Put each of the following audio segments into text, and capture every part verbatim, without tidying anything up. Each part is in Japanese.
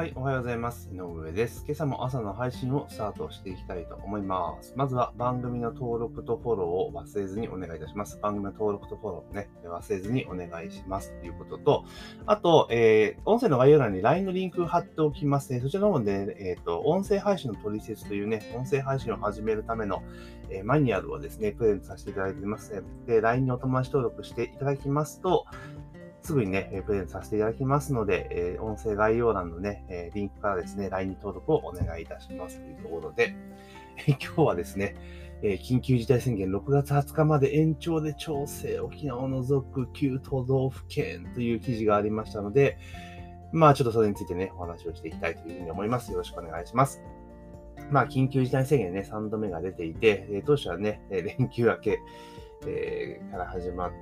はい、おはようございます。井上です。今朝も朝の配信をスタートしていきたいと思います。まずは番組の登録とフォローを忘れずにお願いいたします。番組の登録とフォローをね、忘れずにお願いしますということと、あと、えー、音声の概要欄に ライン のリンク貼っておきますね。そちらの方で、えっと、音声配信の取説というね、音声配信を始めるための、えー、マニュアルをですね、プレゼントさせていただいていますね。で、ライン にお友達登録していただきますと、すぐにね、プレゼントさせていただきますので、えー、音声概要欄のね、えー、リンクからですね、ライン に登録をお願いいたしますというところで、えー、今日はですね、えー、緊急事態宣言ろくがつはつかまで延長で調整、沖縄を除くきゅう都道府県という記事がありましたので、まあちょっとそれについてね、お話をしていきたいというふうに思います。よろしくお願いします。まあ緊急事態宣言ね、さんどめが出ていて、えー、当初はね、連休明け、えー、から始まって、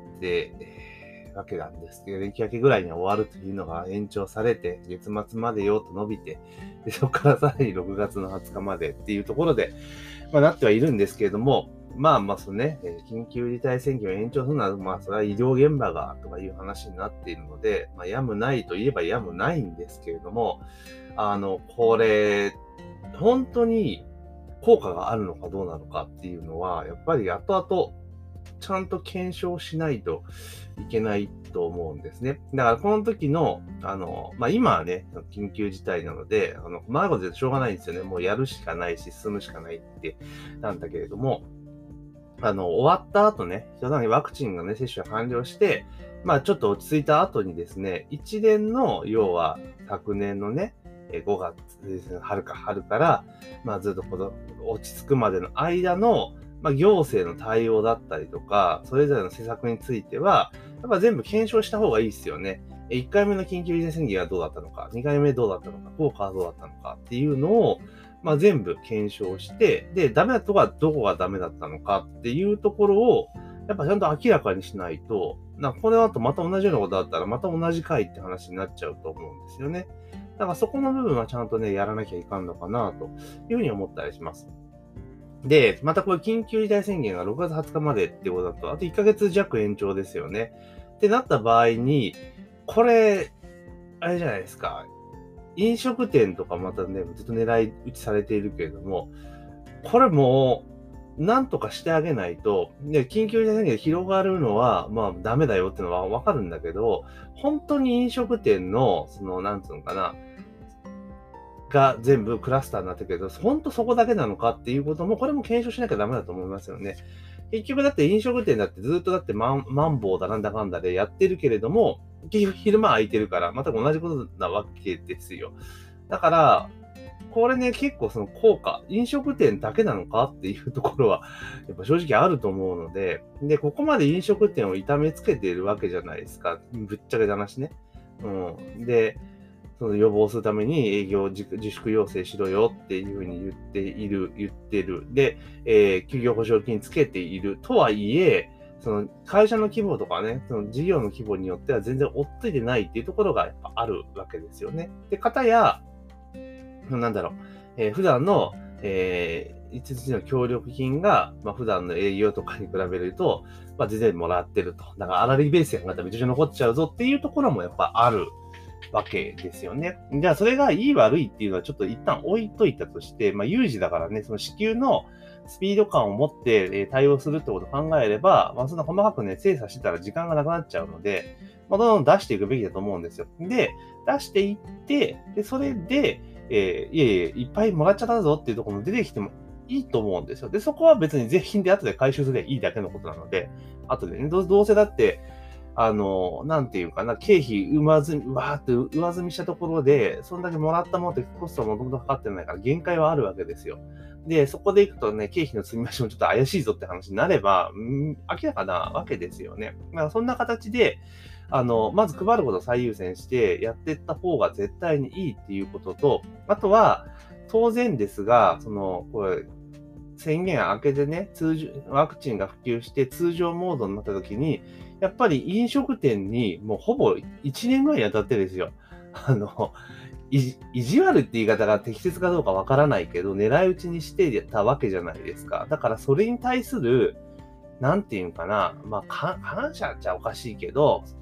えーわけなんですけど、連休明けぐらいに終わるというのが延長されて、月末までよと伸びて、でそこからさらにろくがつのはつかまでっていうところで、まあ、なってはいるんですけれども、まあまあそのね、緊急事態宣言を延長するのは、まあそれは医療現場がとかいう話になっているので、まあやむないといえばやむないんですけれども、あの、これ、本当に効果があるのかどうなのかっていうのは、やっぱり後々、ちゃんと検証しないといけないと思うんですね。だからこの時の、あの、まあ、今はね、緊急事態なので、あの、まだしょうがないんですよね。もうやるしかないし、進むしかないって、なんだけれども、あの、終わった後ね、人にワクチンがね、接種が完了して、まあ、ちょっと落ち着いた後にですね、一連の、要は、昨年のね、ごがつですね、春か、春から、まあ、ずっとこの、落ち着くまでの間の、まあ、行政の対応だったりとか、それぞれの施策については、やっぱ全部検証した方がいいですよね。いっかいめの緊急事態宣言はどうだったのか、にかいめどうだったのか、効果はどうだったのかっていうのを、まあ、全部検証して、で、ダメなとこはどこがダメだったのかっていうところを、やっぱちゃんと明らかにしないと、なんかこの後また同じようなことだったら、また同じ回って話になっちゃうと思うんですよね。だからそこの部分はちゃんとね、やらなきゃいかんのかな、というふうに思ったりします。で、またこれ緊急事態宣言がろくがつはつかまでってことだと、あといっかげつ弱延長ですよね。ってなった場合に、これ、あれじゃないですか。飲食店とかまたね、ずっと狙い撃ちされているけれども、これもう、なんとかしてあげないと、ね、緊急事態宣言が広がるのは、まあダメだよっていうのはわかるんだけど、本当に飲食店の、その、なんつうのかな、が全部クラスターになってるけど、本当そこだけなのかっていうことも、これも検証しなきゃダメだと思いますよね。結局だって飲食店だってずっとだってマン、マンボウだなんだかんだでやってるけれども、結局昼間空いてるから、また同じことなわけですよ。だから、これね、結構その効果、飲食店だけなのかっていうところは、やっぱ正直あると思うので、で、ここまで飲食店を痛めつけているわけじゃないですか。ぶっちゃけた話ね。うん。で、その予防するために営業自粛要請しろよっていうふうに言っている、言ってる。で、えー、休業保証金つけているとはいえ、その会社の規模とかね、その事業の規模によっては全然追っついてないっていうところがやっぱあるわけですよね。で、かたや、なんだろう、えー、普段の、えー、一日の協力金が、まあ、普段の営業とかに比べると、まあ、全然もらってると。だから、粗利ベースやがめちゃくちゃ残っちゃうぞっていうところもやっぱあるわけですよね。じゃあそれがいい悪いっていうのはちょっと一旦置いといたとして、まあ有事だからね、その支給のスピード感を持って対応するってことを考えれば、まあそんな細かくね、精査してたら時間がなくなっちゃうので、まあどんどん出していくべきだと思うんですよ。で、出していって、で、それで、えー、いえいえ、いっぱいもらっちゃったぞっていうところも出てきてもいいと思うんですよ。で、そこは別に税金で後で回収すればいいだけのことなので、後でね、どうせだって、あの、なんていうかな、経費上積み、わーって上積みしたところで、そんだけもらったものってコストはもともとかかってないから限界はあるわけですよ。で、そこで行くとね、経費の積み増しもちょっと怪しいぞって話になれば、うん、明らかなわけですよね。だからそんな形で、あの、まず配ることを最優先してやっていった方が絶対にいいっていうことと、あとは、当然ですが、その、これ、宣言明けてね、通常、ワクチンが普及して通常モードになった時に、やっぱり飲食店にもうほぼいちねんぐらいに当たってですよ。あの、い意地悪って言い方が適切かどうかわからないけど、狙い撃ちにしてたわけじゃないですか。だからそれに対する、なんていうかな、まあ、感謝っちゃおかしいけど、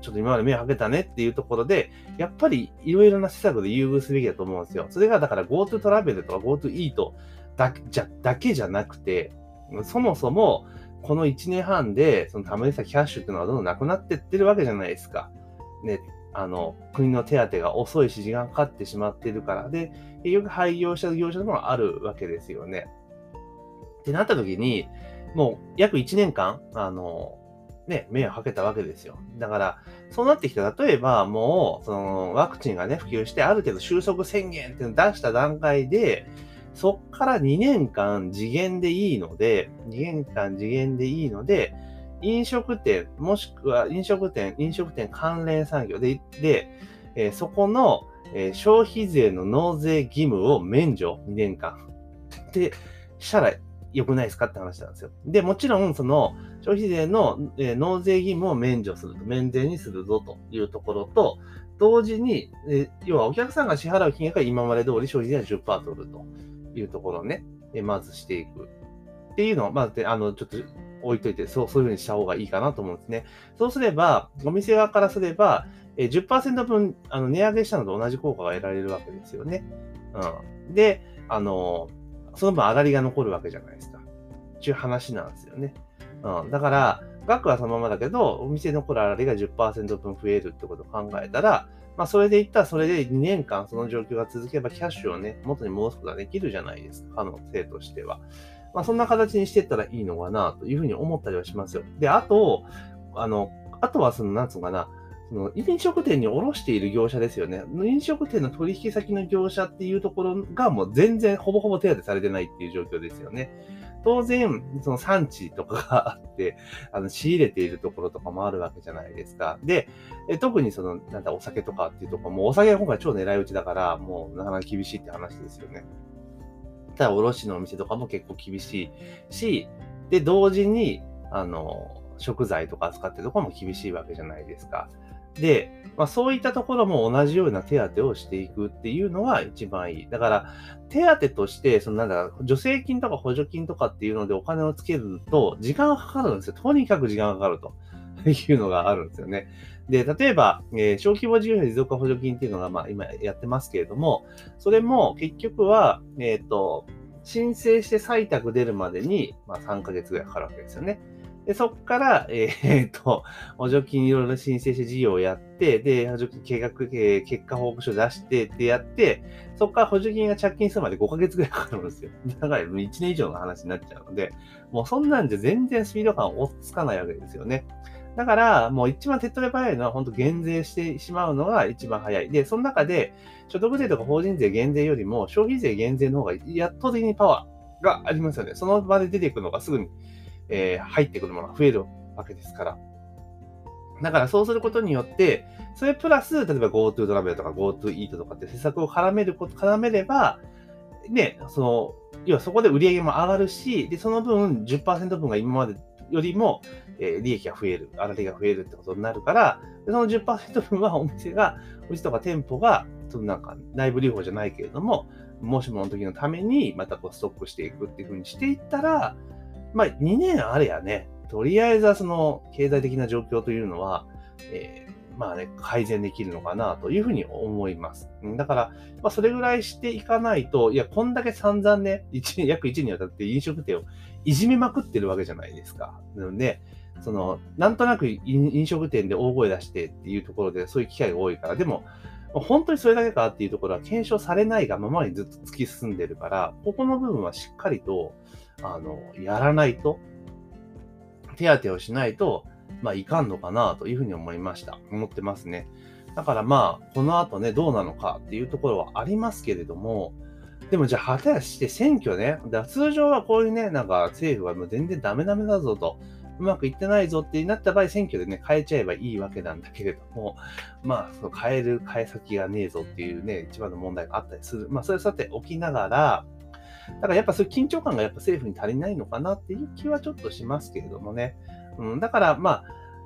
ちょっと今まで目をかけたねっていうところで、やっぱりいろいろな施策で優遇すべきだと思うんですよ。それがだから GoTo トラベルとか GoTo イートだけじゃ、だけじゃなくて、そもそもこのいちねんはんで、その貯めてたキャッシュっていうのはどんどんなくなってってるわけじゃないですか。ね、あの、国の手当が遅いし時間かかってしまっているから。で、結局廃業した業者でもあるわけですよね。ってなった時に、もう約いちねんかん、あの、ね、目をかけたわけですよ。だから、そうなってきたら、例えばもう、その、ワクチンがね、普及して、ある程度収束宣言っていうのを出した段階で、そっからにねんかん次元でいいので、にねんかん次元でいいので、飲食店、もしくは飲食店、飲食店関連産業で、で、えーそこの、えー消費税の納税義務を免除、にねんかん。で、したら良くないですかって話なんですよ。で、もちろん、その、消費税の、えー納税義務を免除すると、免税にするぞというところと、同時に、えー要はお客さんが支払う金額は今まで通り消費税は じゅっパーセント 取るというところをね、えーまずしていく。っていうのを、まず、あの、ちょっと置いといて、そう、そういうふうにした方がいいかなと思うんですね。そうすれば、お店側からすれば、えー、じゅっパーセント分、あの、値上げしたのと同じ効果が得られるわけですよね。うん。で、あの、その分、上がりが残るわけじゃないですか。っていう話なんですよね。うん。だから、額はそのままだけど、お店に残る上がりが じゅっパーセント 分増えるってことを考えたら、まあ、それでいったら、それでにねんかんその状況が続けば、キャッシュをね、元に戻すことができるじゃないですか。可能性としては。まあ、そんな形にしていったらいいのかな、というふうに思ったりはしますよ。で、あと、あの、あとはその、なんつうのかな、その飲食店に卸している業者ですよね。飲食店の取引先の業者っていうところがもう全然ほぼほぼ手当てされてないっていう状況ですよね。当然、その産地とかがあって、あの、仕入れているところとかもあるわけじゃないですか。で、え特にその、なんだ、お酒とかっていうところも、お酒は今回超狙い撃ちだから、もうなかなか厳しいって話ですよね。ただ、卸のお店とかも結構厳しいし、で、同時に、あの、食材とか扱ってるところも厳しいわけじゃないですか。で、まあそういったところも同じような手当をしていくっていうのが一番いい。だから、手当として、そのなんだ、助成金とか補助金とかっていうのでお金をつけると、時間がかかるんですよ。とにかく時間がかかるというのがあるんですよね。で、例えば、えー小規模事業者持続化補助金っていうのが、まあ今やってますけれども、それも結局は、えっと、申請して採択出るまでに、まあさんかげつぐらいかかるわけですよね。で、そこから、えーっと、補助金いろいろ申請して事業をやって、で、補助金計画、えー結果報告書出してってやって、そこから補助金が着金するまでごかげつぐらいかかるんですよ。だからいちねん以上の話になっちゃうので、もうそんなんじゃ全然スピード感追っつかないわけですよね。だから、もう一番手っ取り早いのは、本当減税してしまうのが一番早い。で、その中で、所得税とか法人税減税よりも、消費税減税の方が圧倒的にパワーがありますよね。その場で出てくるのがすぐにえー入ってくるものが増えるわけですから。だからそうすることによって、それプラス、例えば GoTo トラベルとか GoTo イートとかって施策を絡めること、絡めれば、ね、その、要はそこで売り上げも上がるし、で、その分じゅっパーセント分が今までよりも、えー利益が増える、粗利が増えるってことになるから、でその じゅっパーセント 分はお店が、お店とか店舗が、そのなんか内部留保じゃないけれども、もしもの時のためにまたこうストックしていくっていう風にしていったら、まあ、にねんあれやね、とりあえずはその経済的な状況というのは、えーまあね、改善できるのかなというふうに思います。だから、まあ、それぐらいしていかないと、いや、こんだけ散々ね、一年約いちねんにわたって飲食店をいじめまくってるわけじゃないですか。なので、その、なんとなく飲食店で大声出してっていうところで、そういう機会が多いから、でも、本当にそれだけかっていうところは検証されないがままにずっと突き進んでるから、ここの部分はしっかりと、あの、やらないと、手当てをしないと、まあ、いかんのかなというふうに思いました。思ってますね。だからまあ、この後ね、どうなのかっていうところはありますけれども、でもじゃあ、果たして選挙ね、だから通常はこういうね、なんか政府がもう全然ダメダメだぞと、うまくいってないぞってなった場合、選挙でね、変えちゃえばいいわけなんだけれども、まあ、その変える、変え先がねえぞっていうね、一番の問題があったりする。まあ、それさておきながら、だからやっぱそういう緊張感がやっぱ政府に足りないのかなっていう気はちょっとしますけれどもね。うん、だからまあ、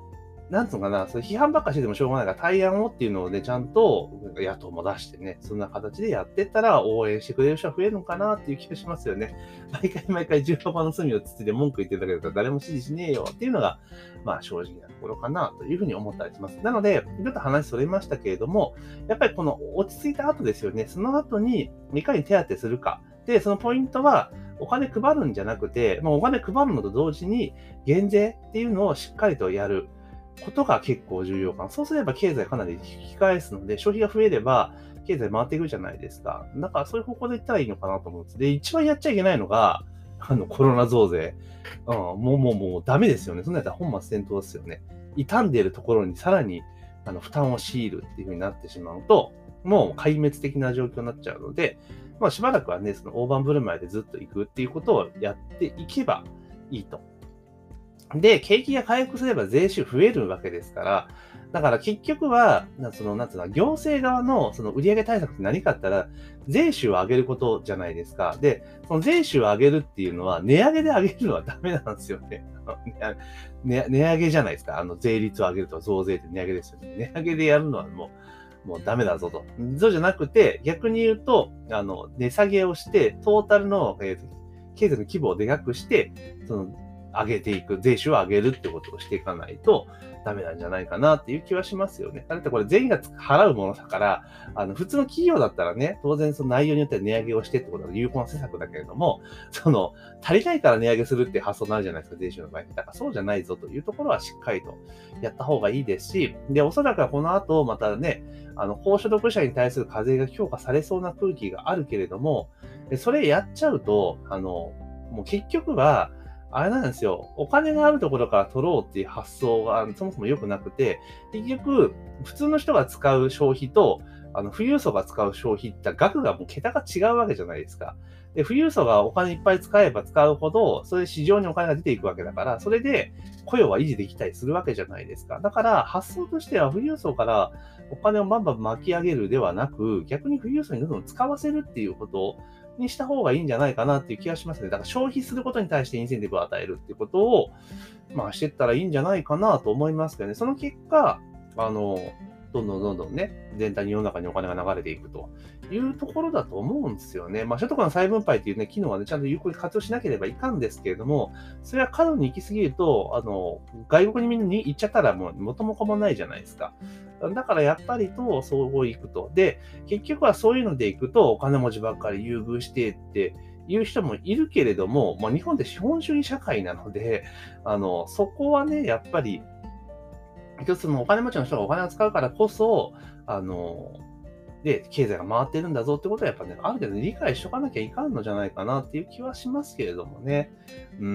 なんつうのかな、それ批判ばっかしててもしょうがないから、対案をっていうのをね、ちゃんと野党も出してね、そんな形でやってったら応援してくれる人は増えるのかなっていう気がしますよね。毎回毎回重箱の隅をつついて文句言ってるだけだったら誰も支持しねえよっていうのが、まあ正直なところかなというふうに思ったりします。なので、ちょっと話それましたけれども、やっぱりこの落ち着いた後ですよね、その後にいかに手当てするか。で、そのポイントは、お金配るんじゃなくて、まあ、お金配るのと同時に、減税っていうのをしっかりとやることが結構重要かな。そうすれば経済かなり引き返すので、消費が増えれば、経済回っていくじゃないですか。だからそういう方向で言ったらいいのかなと思うんです。で、一番やっちゃいけないのが、あの、コロナ増税。うん、もうもうもうダメですよね。そんなやったら本末転倒ですよね。傷んでいるところにさらに、あの、負担を強いるっていう風になってしまうと、もう壊滅的な状況になっちゃうので、まあしばらくはね、その大盤振る舞いでずっと行くっていうことをやっていけばいいと。で、景気が回復すれば税収増えるわけですから、だから結局は、なその、なんつうの、行政側のその売上対策って何かって言ったら、税収を上げることじゃないですか。で、その税収を上げるっていうのは、値上げで上げるのはダメなんですよね。ね、値上げじゃないですか。あの、税率を上げると増税って値上げですよね。値上げでやるのはもう、もうダメだぞと。そうじゃなくて、逆に言うと、あの、値下げをして、トータルの、えー、経済の規模をでかくして、その、上げていく、税収を上げるってことをしていかないとダメなんじゃないかなっていう気はしますよね。だってこれ全員が払うものだから、あの、普通の企業だったらね、当然その内容によっては値上げをしてってことが有効な施策だけれども、その、足りないから値上げするって発想になるじゃないですか、税収の場合。だからそうじゃないぞというところはしっかりとやった方がいいですし、で、おそらくこの後またね、あの、高所得者に対する課税が強化されそうな空気があるけれども、それやっちゃうと、あの、もう結局は、あれなんですよ。お金があるところから取ろうっていう発想がそもそも良くなくて、結局、普通の人が使う消費と、あの、富裕層が使う消費って額がもう桁が違うわけじゃないですか。で、富裕層がお金いっぱい使えば使うほど、それで市場にお金が出ていくわけだから、それで雇用は維持できたりするわけじゃないですか。だから、発想としては富裕層からお金をバンバン巻き上げるではなく、逆に富裕層にどんどん使わせるっていうことを、にした方がいいんじゃないかなっていう気がしますね。だから消費することに対してインセンティブを与えるっていうことを、まあしていったらいいんじゃないかなと思いますけどね。その結果、あの、どんどんどんどんね、全体に世の中にお金が流れていくというところだと思うんですよね。まあ、所得の再分配っていうね、機能はね、ちゃんと有効に活用しなければいかんですけれども、それは過度に行き過ぎると、あの、外国にみんなに行っちゃったらもう元も子もないじゃないですか。だからやっぱりと、そう行くと。で、結局はそういうので行くと、お金持ちばっかり優遇してっていう人もいるけれども、まあ、日本って資本主義社会なので、あの、そこはね、やっぱり、一つのお金持ちの人がお金を使うからこそ、あの、で、経済が回ってるんだぞってことはやっぱね、ある程度理解しとかなきゃいかんのじゃないかなっていう気はしますけれどもね。うん。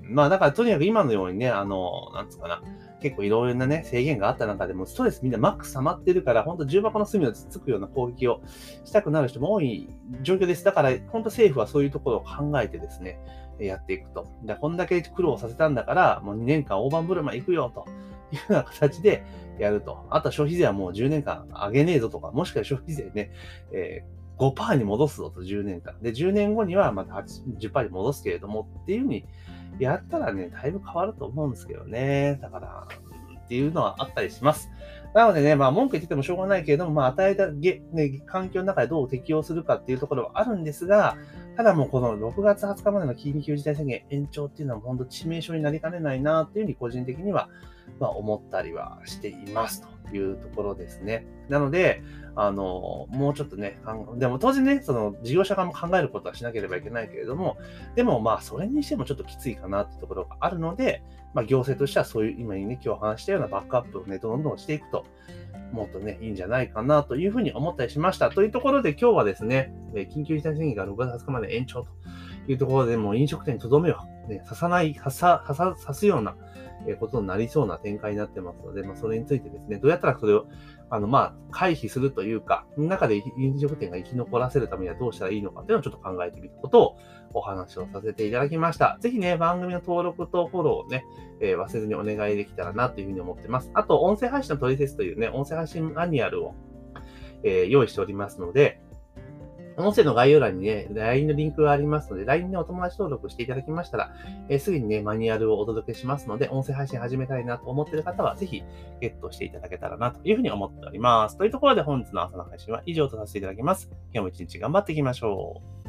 まあだからとにかく今のようにね、あの、なんつうかな、結構いろいろなね、制限があった中でもストレスみんなマックス溜まってるから、ほんと重箱の隅をつつくような攻撃をしたくなる人も多い状況です。だから本当政府はそういうところを考えてですね、やっていくと。でこんだけ苦労させたんだから、もうにねんかん大盤振る舞い行くよと。いうような形でやると。あとは消費税はもうじゅうねんかん上げねえぞとか、もしくは消費税ね、えー、ごパーセント に戻すぞとじゅうねんかん。で、じゅうねんごにはまたじゅっパーセント に戻すけれどもっていうふうにやったらね、だいぶ変わると思うんですけどね。だから、っていうのはあったりします。なのでね、まあ文句言っててもしょうがないけれども、まあ与えた、ね、環境の中でどう適用するかっていうところはあるんですが、ただもうこのろくがつはつかまでの緊急事態宣言延長っていうのは本当致命傷になりかねないなっていうふうに個人的にはまあ思ったりはしていますというところですね。なので、あの、もうちょっとね、でも当然ね、その事業者側も考えることはしなければいけないけれども、でもまあそれにしてもちょっときついかなっていうところがあるので、まあ行政としてはそういう今にね、今日話したようなバックアップをね、どんどんしていくと、もっとね、いいんじゃないかなというふうに思ったりしました。というところで今日はですね、緊急事態宣言がろくがつはつかまで延長というところでもう飲食店にとどめを、ね、刺さない、刺さ、刺さ、刺すようなことになりそうな展開になってますので、まあそれについてですね、どうやったらそれを、あの、まあ、回避するというか、中で飲食店が生き残らせるためにはどうしたらいいのかというのをちょっと考えてみたことをお話をさせていただきました。ぜひね、番組の登録とフォローをね、えー、忘れずにお願いできたらなというふうに思ってます。あと、音声配信のトリセツというね、音声配信マニュアルを、えー、用意しておりますので、 音声の概要欄にね、ライン のリンクがありますので、ライン でお友達登録していただきましたら、えーすぐにね、マニュアルをお届けしますので、音声配信始めたいなと思っている方は、ぜひゲットしていただけたらなというふうに思っております。というところで本日の朝の配信は以上とさせていただきます。今日も一日頑張っていきましょう。